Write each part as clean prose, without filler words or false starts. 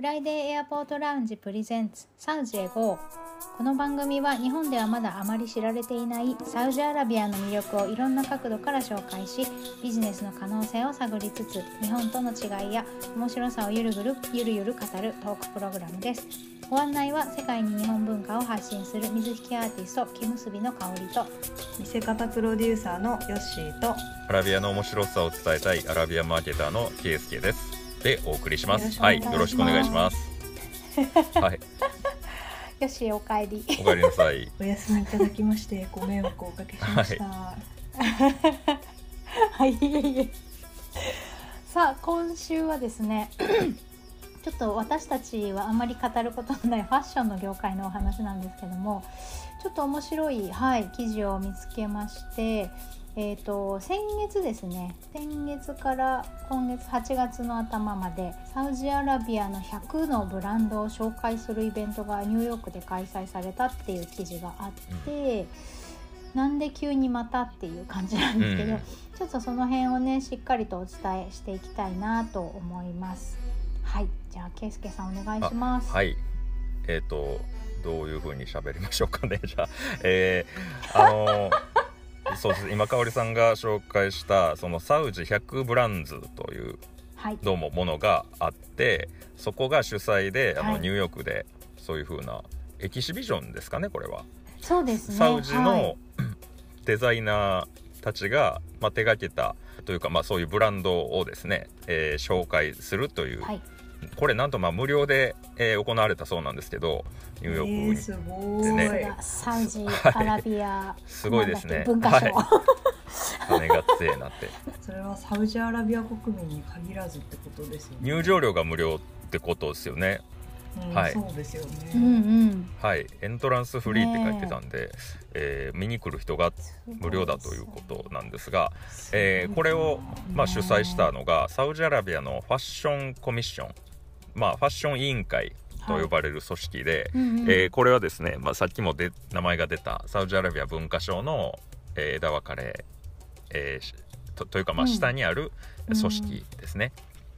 フライデーエアポートラウンジプレゼンツサウジへ GO。 この番組は日本ではまだあまり知られていないサウジアラビアの魅力をいろんな角度から紹介し、ビジネスの可能性を探りつつ、日本との違いや面白さをゆるゆる語るトークプログラムです。ご案内は世界に日本文化を発信する水引アーティスト木結びの香りと、 見せ方プロデューサーのヨッシーと、 アラビアの面白さを伝えたいアラビアマーケターのケイスケですでお送りします。はい、よろしくお願いします。はい、 よしお帰り。 お帰りなさい。 お休みいただきましてご迷惑をおかけしました。 はい、いえいえ。さあ今週はですねちょっと私たちはあまり語ることのないファッションの業界のお話なんですけども、ちょっと面白い、記事を見つけまして、先月ですね、先月から今月8月の頭までサウジアラビアの100のブランドを紹介するイベントがニューヨークで開催されたっていう記事があって、なんで急にまたっていう感じなんですけど、ちょっとその辺をねしっかりとお伝えしていきたいなと思います。はい、じゃあケイスケさんお願いします。 はい、どういう風に喋りましょうかね。じゃあそうです。今香織さんが紹介したそのサウジ100ブランズというどうもものがあって、そこが主催でニューヨークでそういう風なエキシビジョンですかね、これは。 そうですね。 サウジの、デザイナーたちが、手がけたというか、そういうブランドをですね、紹介するという、これなんと無料で、行われたそうなんですけど、ニューヨークに、 すごいね、サウジアラビア、 すごいですね、 文化賞、 金が強いなって。それはサウジアラビア国民に限らずってことですよね。 入場料が無料ってことですよね。 そうですよね。 エントランスフリーって書いてたんで、見に来る人が無料だということなんですが、これを、主催したのがサウジアラビアのファッションコミッション、ファッション委員会と呼ばれる組織で、これはですね、さっきも名前が出たサウジアラビア文化省の、枝分かれ、というか下にある組織ですね。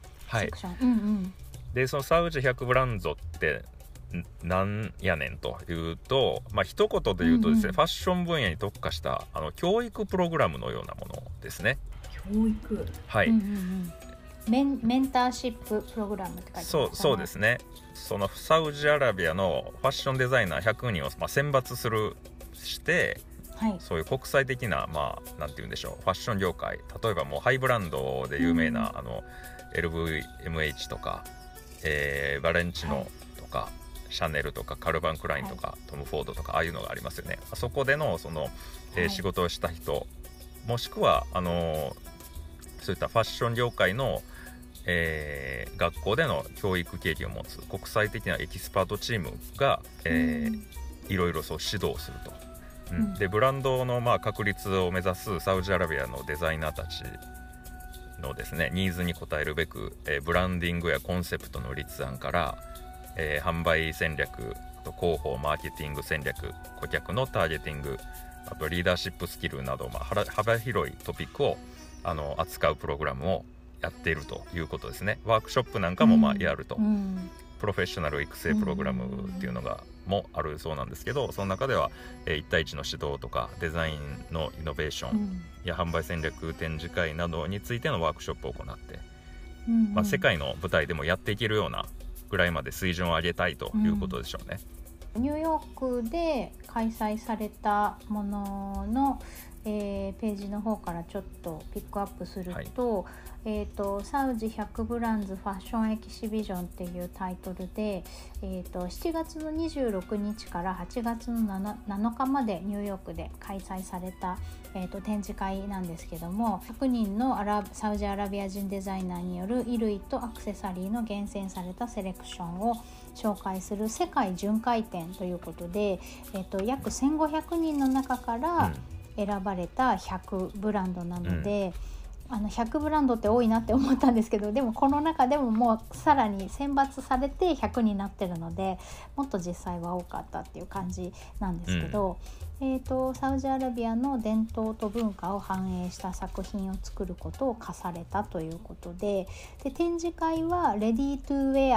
でそのサウジ100ブランドってなんやねんというと、一言で言うとですね、ファッション分野に特化した教育プログラムのようなものですね。 教育、 メンターシッププログラムって書いてますね。 そうですね。そのサウジアラビアのファッションデザイナー100人を選抜して、そういう国際的ななんて言うんでしょう、ファッション業界、例えばもうハイブランドで有名な、LVMH とか、バレンチノとか、シャネルとかカルバンクラインとか、トム・フォードとか、ああいうのがありますよね。そこでの仕事をした人、もしくはそういったファッション業界の、学校での教育経験を持つ国際的なエキスパートチームが、いろいろそう指導すると、でブランドの確立を目指すサウジアラビアのデザイナーたちのですねニーズに応えるべく、ブランディングやコンセプトの立案から、販売戦略と広報マーケティング戦略、顧客のターゲティング、あとリーダーシップスキルなど、幅広いトピックを扱うプログラムをやっているということですね。ワークショップなんかもやると、プロフェッショナル育成プログラムっていうのがもあるそうなんですけど、その中では1対1の指導とかデザインのイノベーションや販売戦略展示会などについてのワークショップを行って、世界の舞台でもやっていけるようなぐらいまで水準を上げたいということでしょうね。 ニューヨークで開催されたものの、ページの方からちょっとピックアップすると、サウジ100ブランズファッションエキシビジョンっていうタイトルで、7月の26日から8月の 7日までニューヨークで開催された、展示会なんですけども、100人のサウジアラビア人デザイナーによる衣類とアクセサリーの厳選されたセレクションを紹介する世界巡回展ということで、約1500人の中から選ばれた100ブランドなので、100ブランドって多いなって思ったんですけど、でもこの中でももうさらに選抜されて100になってるので、もっと実際は多かったっていう感じなんですけど、サウジアラビアの伝統と文化を反映した作品を作ることを課されたということで、展示会はレディートゥウェア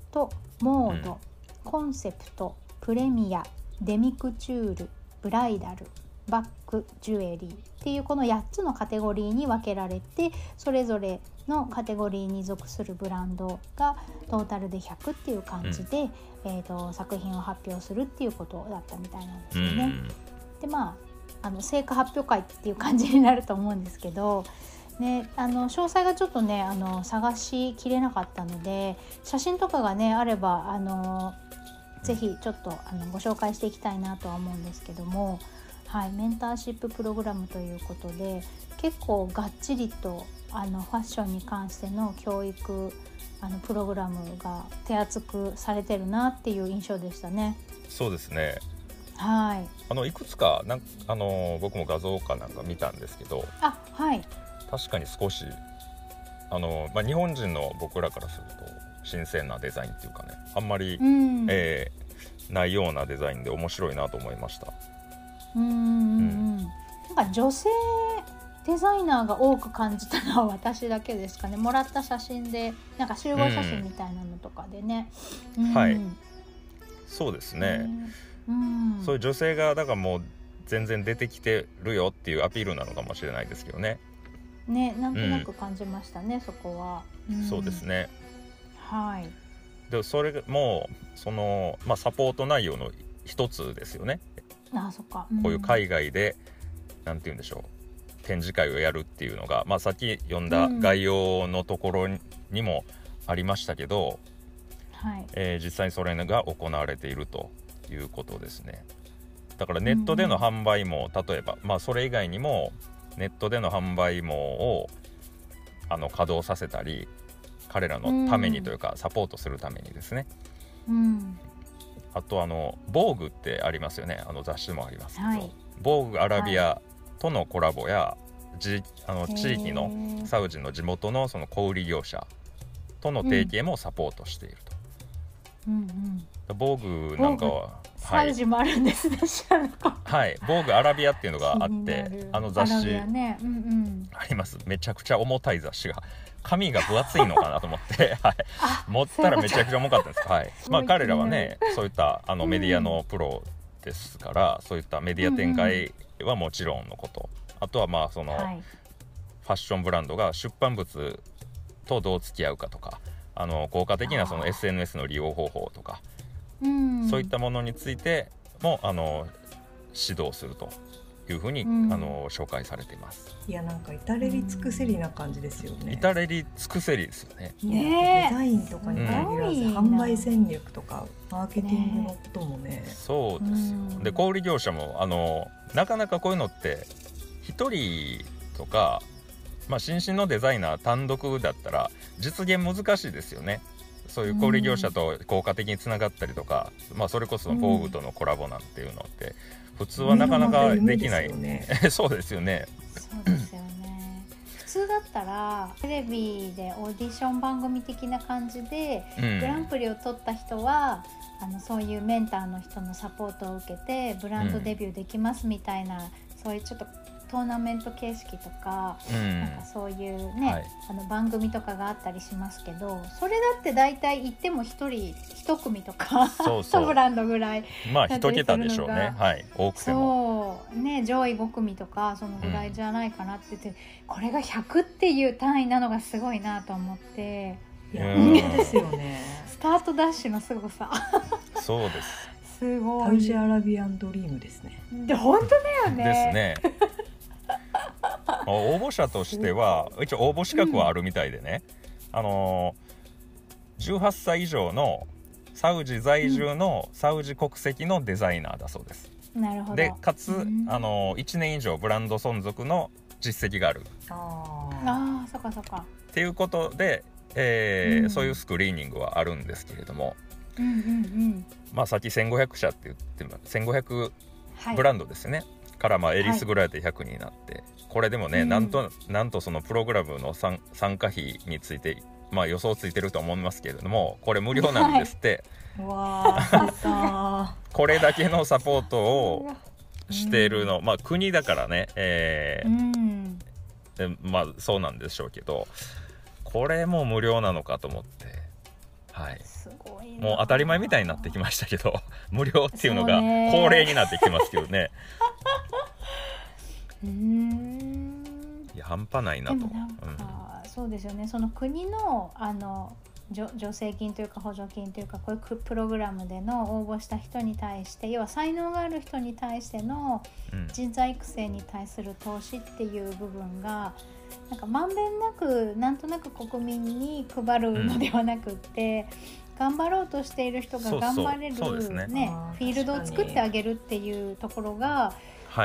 ト、モード、コンセプト、プレミア、デミクチュール、ブライダル、バッグ、ジュエリーっていうこの8つのカテゴリーに分けられて、それぞれのカテゴリーに属するブランドがトータルで100っていう感じで、作品を発表するっていうことだったみたいなんですよね。で成果発表会っていう感じになると思うんですけど、ね、詳細がちょっとね探しきれなかったので、写真とかがねあればぜひちょっとご紹介していきたいなとは思うんですけども、はい、メンターシッププログラムということで結構がっちりとファッションに関しての教育プログラムが手厚くされてるなっていう印象でしたね。 そうですね。 はい。 いくつか僕も画像かなんか見たんですけど、 はい、 確かに少し日本人の僕らからすると新鮮なデザインっていうかね、あんまり、ないようなデザインで面白いなと思いました。 なんか女性デザイナーが多く感じたのは私だけですかね。もらった写真でなんか集合写真みたいなのとかでね、 はい、そうですね、そういう女性がだからもう全然出てきてるよっていうアピールなのかもしれないですけどね。 なんとなく感じましたね、そこは。 そうですね。 はい。 でそれもサポート内容の一つですよね。 そっか。 こういう海外でなんて言うんでしょう、展示会をやるっていうのが、さっき読んだ概要のところにもありましたけど、実際にそれが行われているということですね。だからネットでの販売も、例えば、それ以外にもネットでの販売網を稼働させたり、彼らのためにというか、サポートするためにですね、あとボーグってありますよね、雑誌もありますけど、ボーグアラビアとのコラボや、地域のサウジの地元のその小売業者との提携もサポートしていると。ボーグなんかはサウジもあるんですね、 はい、ボーグアラビアっていうのがあって、雑誌あります。めちゃくちゃ重たい雑誌が、紙が分厚いのかなと思って持ったらめちゃくちゃ重かったんです。彼らはね、そういったメディアのプロですから、そういったメディア展開はもちろんのこと、あとはファッションブランドが出版物とどう付き合うかとか、効果的なその SNS の利用方法とか、そういったものについても指導するというふうに、紹介されています。 いや、なんか至れり尽くせりな感じですよね。 至れり尽くせりですよね。 デザインとかに限らず、販売戦略とかマーケティングのこともね。 そうですよ。で、小売業者もなかなかこういうのって一人とか、新進のデザイナー単独だったら実現難しいですよね。そういう小売業者と効果的につながったりとか、それこそボーグとのコラボなんていうのって普通はなかなかできない。そうですよね。 そうですよね。普通だったらテレビでオーディション番組的な感じで、グランプリを取った人はそういうメンターの人のサポートを受けてブランドデビューできますみたいな、そういうちょっとトーナメント形式とか、なんかそういうね、番組とかがあったりしますけど、それだって大体行っても1人1組とか1ブランドぐらい 1桁でしょうね。多くてもそうね、上位5組とかそのぐらいじゃないかなって言って、これが100っていう単位なのがすごいなと思って。 いや、本当ですよね。 スタートダッシュのすごさそうです。 すごい。 サウジアラビアンドリームですね。 で、本当だよね。 ですね。応募者としては一応応募資格はあるみたいでね、18歳以上のサウジ在住のサウジ国籍のデザイナーだそうです。 なるほど。 でかつ、1年以上ブランド存続の実績がある。 そっかそっか。 っていうことで、そういうスクリーニングはあるんですけれども、さっき1500社って言っても1500ブランドですよね、からえりすぐられて100になって、これでもね、なんとそのプログラムの参加費について、予想ついてると思いますけれども、これ無料なんですって。これだけのサポートをしているの、国だからね、そうなんでしょうけど、これも無料なのかと思って、 はい、 すごいもう当たり前みたいになってきましたけど無料っていうのが恒例になってきますけどね。いや半端ないなと。 でもなんか、そうですよね。その国の助成金というか補助金というかこういうプログラムでの応募した人に対して、要は才能がある人に対しての人材育成に対する投資っていう部分がなんかまんべんなくなんとなく国民に配るのではなくって、頑張ろうとしている人が頑張れるフィールドを作ってあげるっていうところが、はい、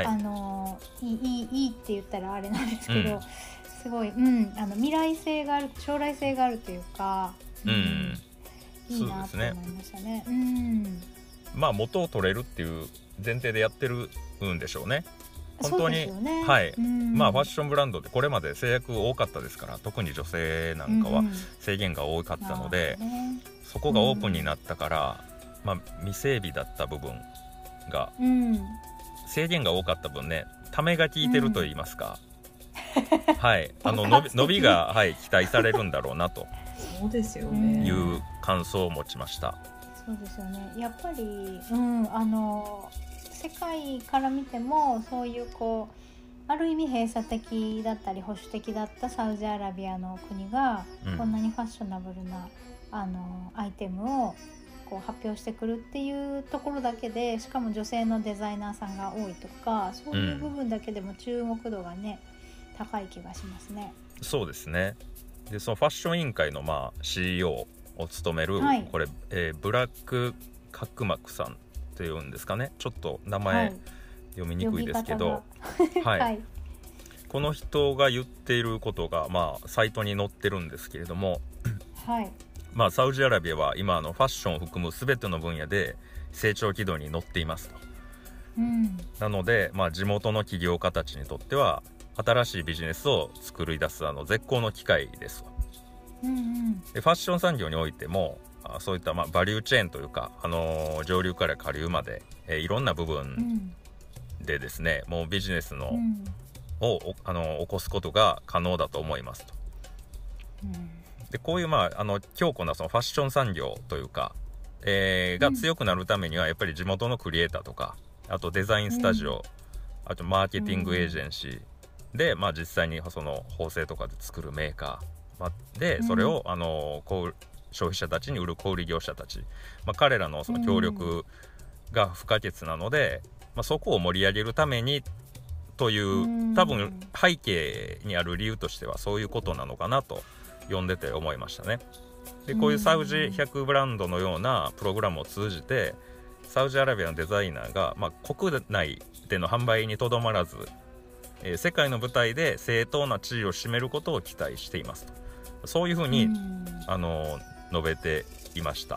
いいって言ったらあれなんですけど、すごい、未来性がある、将来性があるというか、いいなと思いましたね。 まあ元を取れるっていう前提でやってるんでしょうね。本当に、はい、まあファッションブランドでこれまで制約多かったですから、特に女性なんかは制限が多かったので、そこがオープンになったから、まあ未整備だった部分が、制限が多かった分ね、ためが効いてると言いますか、はい、伸びが、はい、期待されるんだろうなとそうですよね、 いう感想を持ちました。 そうですよね。やっぱり、世界から見てもそういうこうある意味閉鎖的だったり保守的だったサウジアラビアの国が、こんなにファッショナブルなアイテムをこう発表してくるっていうところだけで、しかも女性のデザイナーさんが多いとか、そういう部分だけでも注目度がね、高い気がしますね。 そうですね。でそのファッション委員会の、CEO を務める、これ、ブラック・カックマックさんっていうんですかね、ちょっと名前、読みにくいですけど、この人が言っていることが、サイトに載ってるんですけれども、サウジアラビアは今ファッションを含む全ての分野で成長軌道に乗っていますと、なので、地元の起業家たちにとっては新しいビジネスを作り出す絶好の機会ですと。でファッション産業においてもそういった、バリューチェーンというか、上流から下流まで、いろんな部分でですね、もうビジネスの、を起こすことが可能だと思いますと。でこういう、強固なそのファッション産業というか、が強くなるためにはやっぱり地元のクリエイターとか、あとデザインスタジオ、あとマーケティングエージェンシーで、実際にその縫製とかで作るメーカー、でそれを消費者たちに売る小売業者たち、彼らのその協力が不可欠なので、そこを盛り上げるためにという多分背景にある理由としてはそういうことなのかなと読んでて思いましたね。でこういうサウジ100ブランドのようなプログラムを通じてサウジアラビアのデザイナーが、国内での販売にとどまらず、世界の舞台で正当な地位を占めることを期待していますと、そういうふうに述べていました。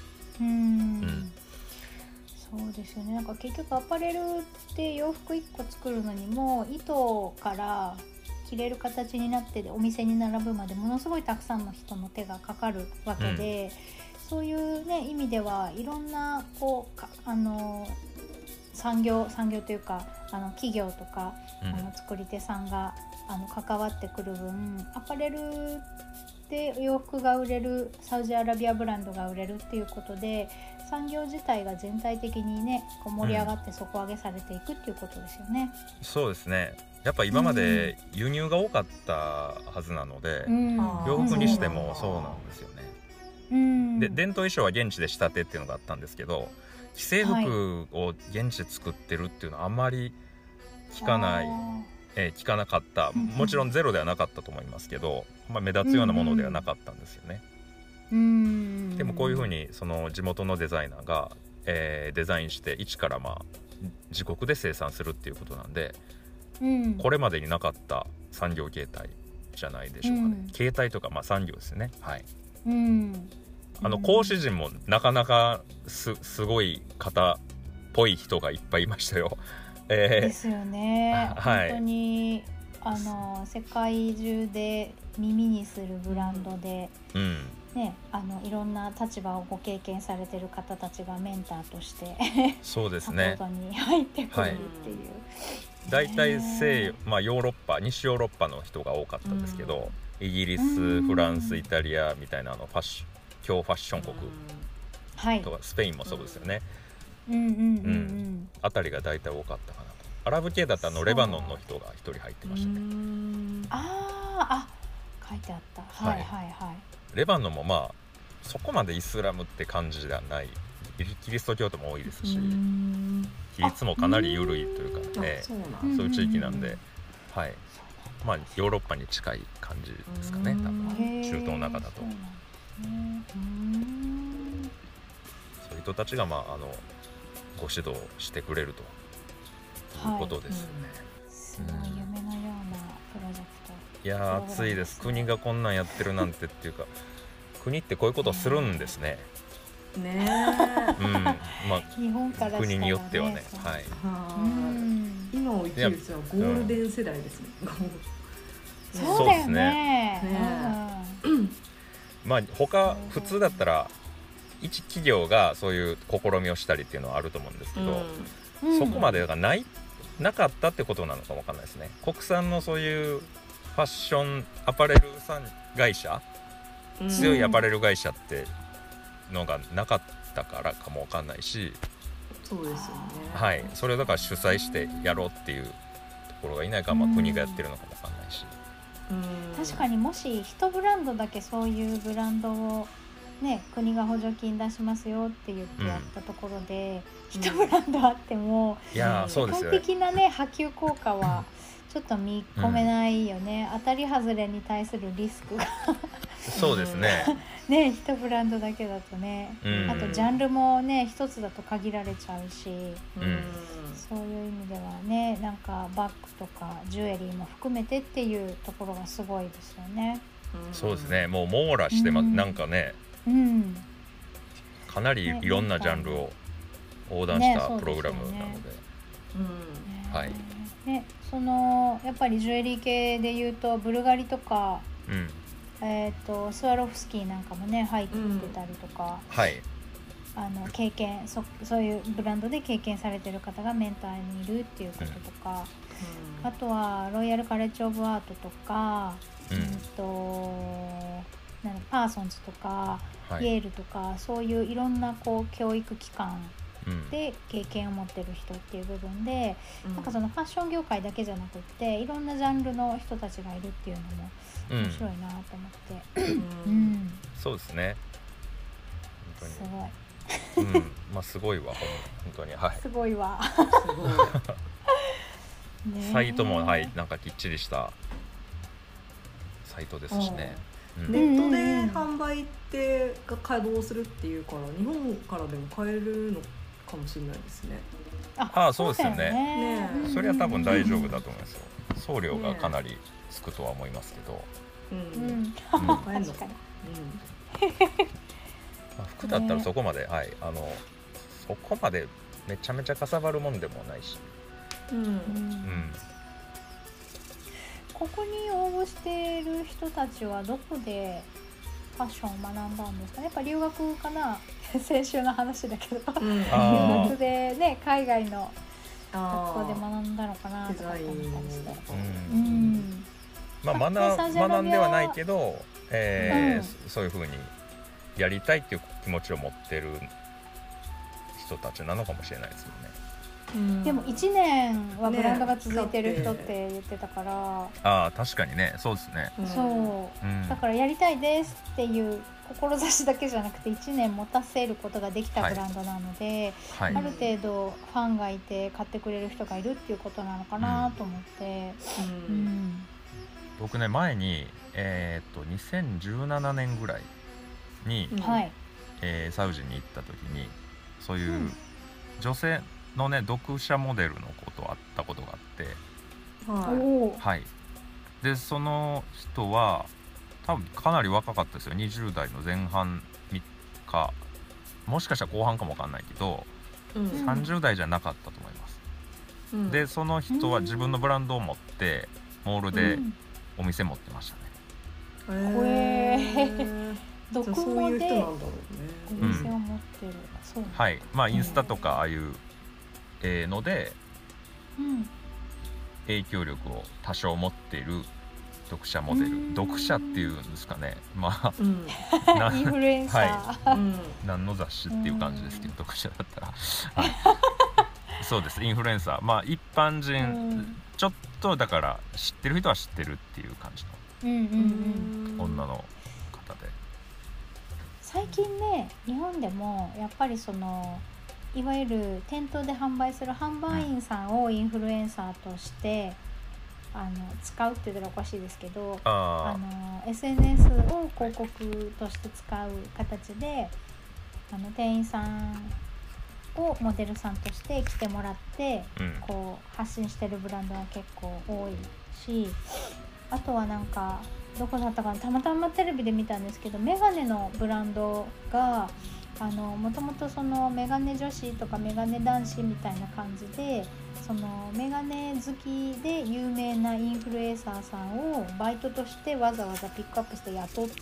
そうですよね。なんか結局アパレルって洋服1個作るのにも糸から着れる形になってお店に並ぶまでものすごいたくさんの人の手がかかるわけで、そういう、意味ではいろんなこう産業というか企業とか、作り手さんが関わってくる分、アパレルで洋服が売れる、サウジアラビアブランドが売れるっていうことで産業自体が全体的にねこう盛り上がって底上げされていくっていうことですよね。 そうですね。やっぱ今まで輸入が多かったはずなので、洋服にしてもそうなんですよね。で伝統衣装は現地で仕立てっていうのがあったんですけど、既製服を現地で作ってるっていうのはあんまり聞かなかった。もちろんゼロではなかったと思いますけど、目立つようなものではなかったんですよね。でもこういうふうにその地元のデザイナーが、デザインして一から自国で生産するっていうことなんで、これまでになかった産業形態じゃないでしょうかね。形態とか産業ですね。はい。講師陣もなかなかすごい方っぽい人がいっぱいいましたよ。 ですよね。本当に世界中で耳にするブランドで、いろんな立場をご経験されてる方たちがメンターとしてそうですね、 サポートに入ってくるっていう。 大体ヨーロッパ、西ヨーロッパの人が多かったんですけど、イギリス、フランス、イタリアみたいなファッション強ファッション国とか、スペインもそうですよね、あたりが大体多かったかなと。アラブ系だったらレバノンの人が一人入ってましたね。 書いてあった。はいはいはい。 レバノンもまあそこまでイスラムって感じではない、キリスト教徒も多いですし、比率もかなり緩いというかね、そういう地域なんで、はい、まあヨーロッパに近い感じですかね、多分中東の中だと。そういう人たちがまあご指導してくれるということですね。 すごい夢のようなプロジェクト。 いや暑いです。国がこんなんやってるなんてっていうか、国ってこういうことするんですね。まあ日本からしたらね、 国によってはね、はい。 今を生きる人はゴールデン世代ですね。 そうですね。 まあ普通だったら一企業がそういう試みをしたりっていうのはあると思うんですけど、そこまでがなかったってことなのかもわかんないですね。国産のそういうファッションアパレル会社、強いアパレル会社ってのがなかったからかもわかんないし、 そうですよね。 はい、それをだから主催してやろうっていうところがいないか、まあ国がやってるのかもわかんないし、 確かにもし一ブランドだけそういうブランドをね、国が補助金出しますよって言ってやったところで、一ブランドあってもいやそうですよね、基本的なね波及効果はちょっと見込めないよね、当たり外れに対するリスクがそうですねね、一ブランドだけだとね、あとジャンルもね一つだと限られちゃうし、そういう意味ではね、なんかバッグとかジュエリーも含めてっていうところがすごいですよね。 そうですね、もう網羅してます、なんかね、かなりいろんなジャンルを横断したプログラムなので、はいね、そのやっぱりジュエリー系でいうとブルガリとか、スワロフスキーなんかもね入ってたりとか、経験 そういうブランドで経験されてる方がメンターにいるっていうこととか、あとはロイヤルカレッジオブアートとか、パーソンズとか、イェールとか、そういういろんなこう教育機関で経験を持ってる人っていう部分で、なんかそのファッション業界だけじゃなくっていろんなジャンルの人たちがいるっていうのも面白いなと思って、 そうですね、本当にすごいまあすごいわ、本当に、はい、 すごいわサイトも、はい、なんかきっちりしたサイトですしね、 ネットで販売ってが稼働するっていうから、日本からでも買えるのかもしれないですね。 そうですよね。それは多分大丈夫だと思いますよ。送料がかなりつくとは思いますけど、 確かに服だったらそこまで、はい、そこまでめちゃめちゃかさばるもんでもないし、 ここに応募している人たちはどこでファッションを学んだんですかね。やっぱ留学かな先週の話だけど、留学でね海外の学校で学んだのかなとか思ったりして、 まあ学んではないけど、そういう風にやりたいっていう気持ちを持ってる人たちなのかもしれないですよね。 でも1年はブランドが続いてる人って言ってたから、 確かにね、そうですね、 そう、だからやりたいですっていう志だけじゃなくて1年持たせることができたブランドなので、ある程度ファンがいて買ってくれる人がいるっていうことなのかなと思って、 僕ね前に、2017年ぐらいに、サウジに行った時にそういう女性のね読者モデルのことあったことがあって、でその人は多分かなり若かったですよ。20代の前半かもしかしたら後半かもわかんないけど、30代じゃなかったと思います、でその人は自分のブランドを持ってモールでお店持ってましたね。 どこまでお店を持ってる、 はい、まあインスタとかああいうので、影響力を多少持っている読者モデル、読者っていうんですかね、まあ、 インフルエンサー、 はい、何の雑誌っていう感じですけど、読者だったら、はい、そうです、インフルエンサー、まあ一般人、ちょっとだから知ってる人は知ってるっていう感じの女の方で、 最近ね日本でもやっぱりそのいわゆる店頭で販売する販売員さんをインフルエンサーとして使うって言ったらおかしいですけど、SNS を広告として使う形で店員さんをモデルさんとして来てもらって、こう発信してるブランドは結構多いし、あとはなんかどこだったかな、たまたまテレビで見たんですけど、メガネのブランドがもともとそのメガネ女子とかメガネ男子みたいな感じで、そのメガネ好きで有名なインフルエンサーさんをバイトとしてわざわざピックアップして雇って、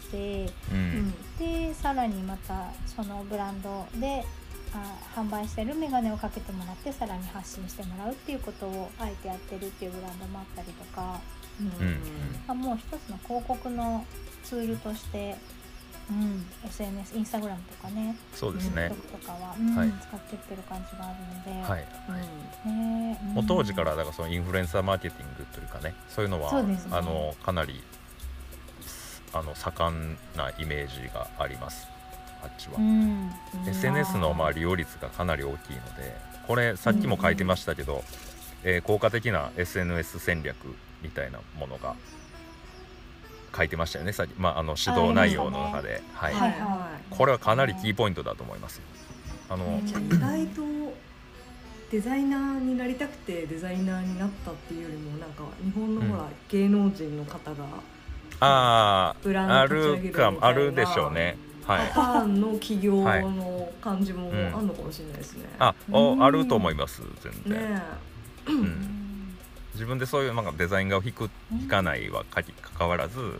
でさらにまたそのブランドで販売してるメガネをかけてもらってさらに発信してもらうっていうことをあえてやってるっていうブランドもあったりとか、もう一つの広告のツールとして、SNS、インスタグラムとかね、 そうですね、 TikTok とかは、使っていってる感じがあるので、 もう当時からだからそのインフルエンサーマーケティングというかね、そういうのはかなり盛んなイメージがあります、あっちは。SNS の利用率がかなり大きいので、これさっきも書いてましたけど、効果的な SNS 戦略みたいなものが書いてましたよね、さっき、指導内容の中で、これはかなりキーポイントだと思います。 意外とデザイナーになりたくてデザイナーになったっていうよりも、なんか日本のほら、芸能人の方がブランド立ち上げるみたいなあるでしょうね。 パターンの企業の感じもあるのかもしれないですね。 あると思います、全然。自分でそういうなんかデザイン画を引かないはかかわらず、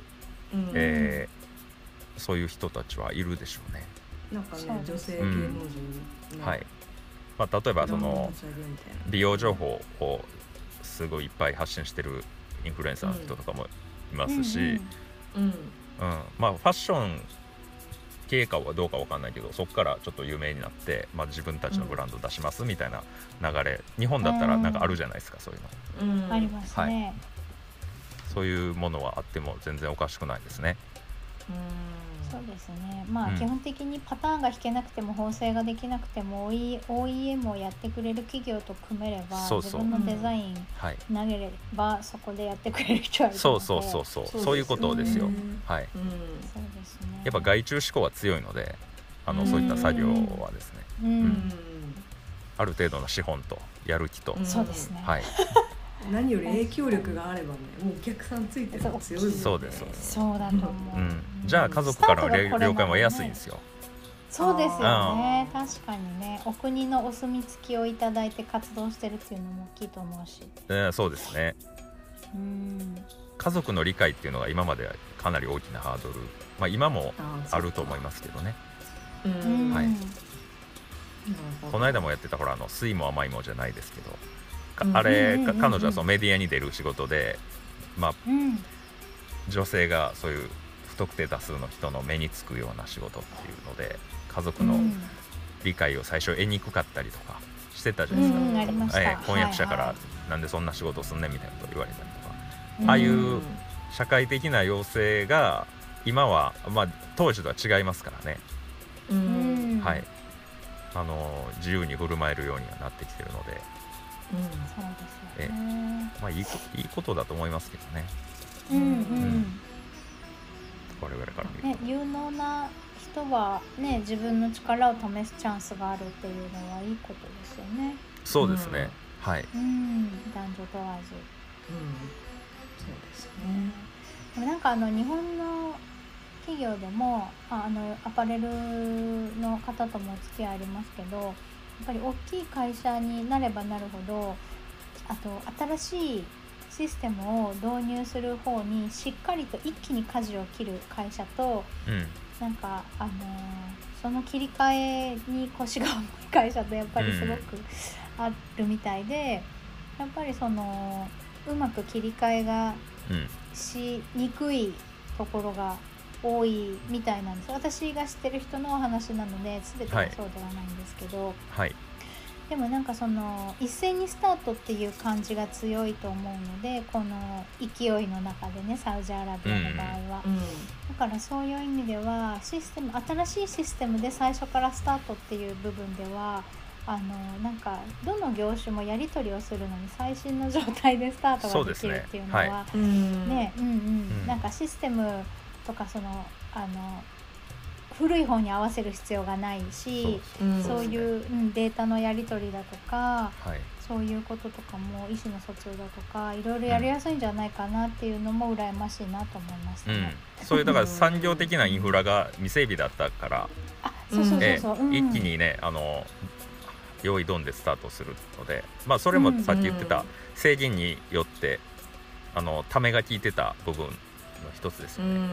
そういう人たちはいるでしょうね。 なんかね、女性芸能人、 例えばその美容情報をすごいいっぱい発信してるインフルエンサーの人とかもいますし、ファッション経過はどうかわかんないけど、そこからちょっと有名になって、自分たちのブランド出しますみたいな流れ、日本だったらなんかあるじゃないですか、そういうの。ありますね。 そういうものはあっても全然おかしくないですね。 そうですね。基本的にパターンが引けなくても縫製ができなくても OEM をやってくれる企業と組めれば、自分のデザイン投げればそこでやってくれる人はいるので、 そういうことですよ。やっぱ外注志向は強いので、そういった作業はですね、ある程度の資本とやる気と、 そうですね。 何より影響力があればね、もうお客さんついてるの強いですね。 そうです。 そうだと思う。 じゃあ家族からの了解も得やすいんですよ。 そうですよね。確かにね、お国のお墨付きをいただいて活動してるっていうのも大きいと思うし。 そうですね。家族の理解っていうのが今までかなり大きなハードル、今もあると思いますけどね。この間もやってたほら酸いも甘いもじゃないですけど。彼女はそのメディアに出る仕事で、女性がそういう不特定多数の人の目につくような仕事っていうので、家族の理解を最初得にくかったりとかしてたじゃないですか。婚約者からなんでそんな仕事すんねんみたいなこと言われたりとか、ああいう社会的な要請が今は、当時とは違いますからね。自由に振る舞えるようにはなってきてるので。 そうですよね。 いいことだと思いますけどね。我々から見ると、 有能な人はね、自分の力を試すチャンスがあるっていうのはいいことですよね。 そうですね。男女問わず。 そうですね。 でもなんか日本の企業でもアパレルの方ともお付き合いありますけど、やっぱり大きい会社になればなるほど、あと新しいシステムを導入する方にしっかりと一気に舵を切る会社と、なんかその切り替えに腰が重い会社とやっぱりすごくあるみたいで、やっぱりそのうまく切り替えがしにくいところが多いみたいなんです。私が知ってる人のお話なので全てがそうではないんですけど、 はい、 でもなんかその一斉にスタートっていう感じが強いと思うので、この勢いの中でね、サウジアラビアの場合は、だからそういう意味では新しいシステムで最初からスタートっていう部分ではなんかどの業種もやり取りをするのに最新の状態でスタートができるっていうのはね、なんかシステムとか古い方に合わせる必要がないし、そういう、データのやり取りだとか、そういうこととかも意思の疎通だとかいろいろやりやすいんじゃないかなっていうのも羨ましいなと思いましたね。 そういうだから産業的なインフラが未整備だったから、一気にね用意ドンでスタートするので、まあそれもさっき言ってた制限によってためが効いてた部分の一つですよね。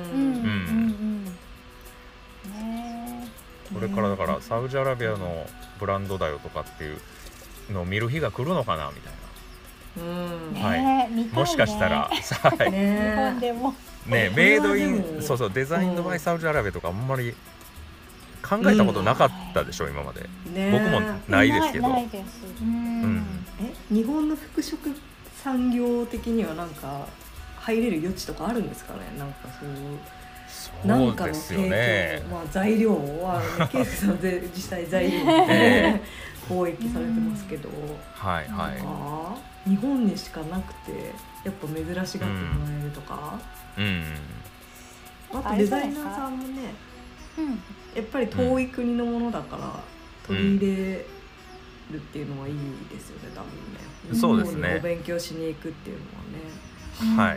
これからだからサウジアラビアのブランドだよとかっていうのを見る日が来るのかなみたいな、もしかしたら日本でもね、メイドインデザインの場合サウジアラビアとかあんまり考えたことなかったでしょ、今まで、僕もないですけど。 ないです。 日本の服飾産業的にはなんか入れる余地とかあるんですかね。なんかそうですよね。 材料はね、ケイスさんで実際材料で貿易されてますけど、日本にしかなくてやっぱ珍しがってもらえるとか、あとデザイナーさんもね、やっぱり遠い国のものだから取り入れるっていうのはいいですよね、多分ね。 そうですね。 お勉強しに行くっていうのはね。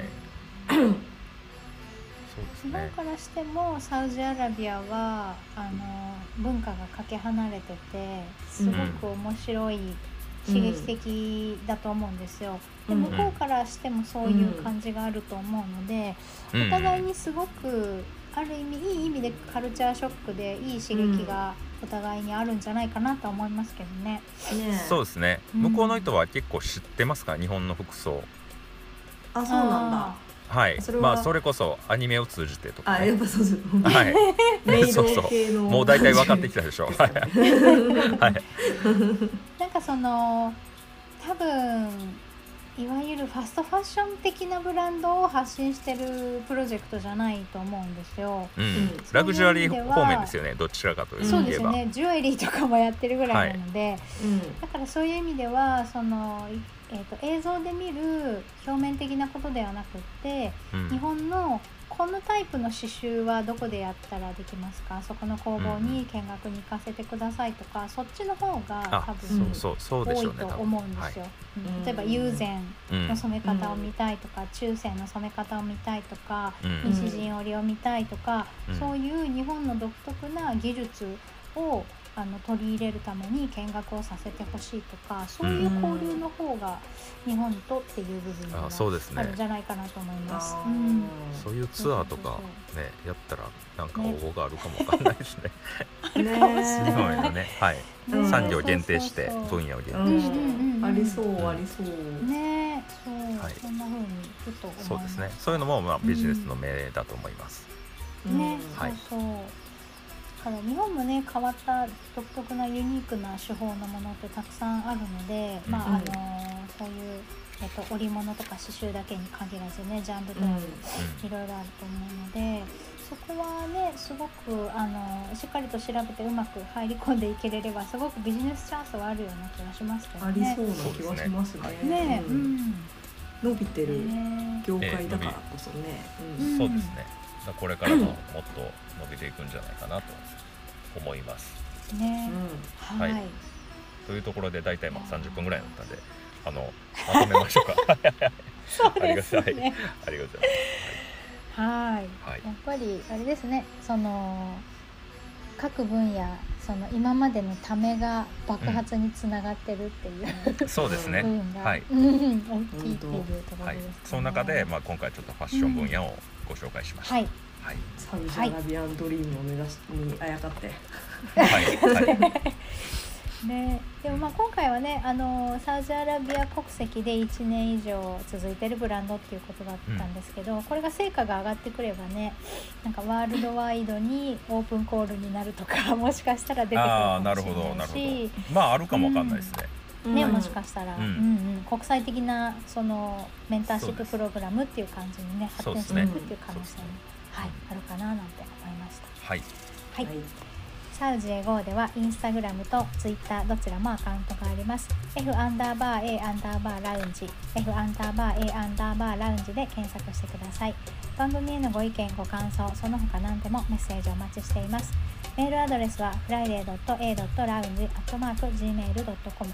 日本からしてもサウジアラビアは文化がかけ離れててすごく面白い、刺激的だと思うんですよ。で向こうからしてもそういう感じがあると思うので、お互いにすごくある意味いい意味でカルチャーショックでいい刺激がお互いにあるんじゃないかなと思いますけどね。 そうですね。向こうの人は結構知ってますか、日本の服装。 あ、そうなんだ。 はい、それこそアニメを通じてとか、 やっぱそうです。 メイド系のもう大体分かってきたでしょ。なんか多分いわゆるファストファッション的なブランドを発信してるプロジェクトじゃないと思うんですよ。 ラグジュアリー方面ですよね、どちらかというと。 そうですね、ジュエリーとかもやってるぐらいなので、だからそういう意味では映像で見る表面的なことではなくって、日本のこのタイプの刺繍はどこでやったらできますか、そこの工房に見学に行かせてくださいとか、そっちの方が多分多いと思うんですよ。例えば友禅の染め方を見たいとか、中世の染め方を見たいとか、西陣織を見たいとか、そういう日本の独特な技術を取り入れるために見学をさせてほしいとか、そういう交流の方が日本とっていう部分があるんじゃないかなと思います。 そういうツアーとかね、やったらなんか応募があるかもわかんないですね。 あるかもしれないね。産業限定して分野を限定してありそうありそうね。そんな風にふと思います。 そうですね。そういうのもビジネスの目だと思います。 ね、そう。日本もね、変わった独特なユニークな手法のものってたくさんあるので、そういう、織物とか刺繍だけに限らずね、ジャンルといろいろあると思うので、そこはねすごくしっかりと調べてうまく入り込んでいけれればすごくビジネスチャンスはあるような気がしますけどね。 ありそうな気がしますね。伸びてる業界だからこそね。 そうですね。これからももっと伸びていくんじゃないかなと思いますね。 はい。というところで大体30分ぐらいだったんでまとめましょうか。 そうですね。 ありがとうございます。 はい。やっぱりあれですね。各分野今までのためが爆発につながってるっていう、 そうですね。はい。 大きいっていうところですね。 その中で今回ちょっとファッション分野をご紹介しました。 サウジアラビアンドリームを目指しにあやかって。 ね、でも今回はねサウジアラビア国籍で1年以上続いてるブランドっていうことだったんですけど、これが成果が上がってくればねなんかワールドワイドにオープンコールになるとかもしかしたら出てくるかもしれないし、 あるかもわかんないですね、 もしかしたら、国際的なそのメンターシッププログラムっていう感じにね発展していくっていう可能性も、あるかななんて思いました。 はい、 サウジへ GO ではインスタグラムとツイッターどちらもアカウントがあります。 F_A_ラウンジ F_A_ラウンジで検索してください。番組へのご意見ご感想その他何でもメッセージお待ちしています。メールアドレスは friday.a.lounge@gmail.com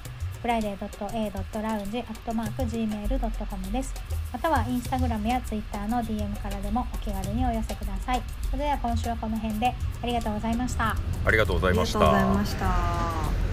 friday.a.lounge@gmail.com です。またはインスタグラムやツイッターの DM からでもお気軽にお寄せください。それでは今週はこの辺でありがとうございました。 ありがとうございました。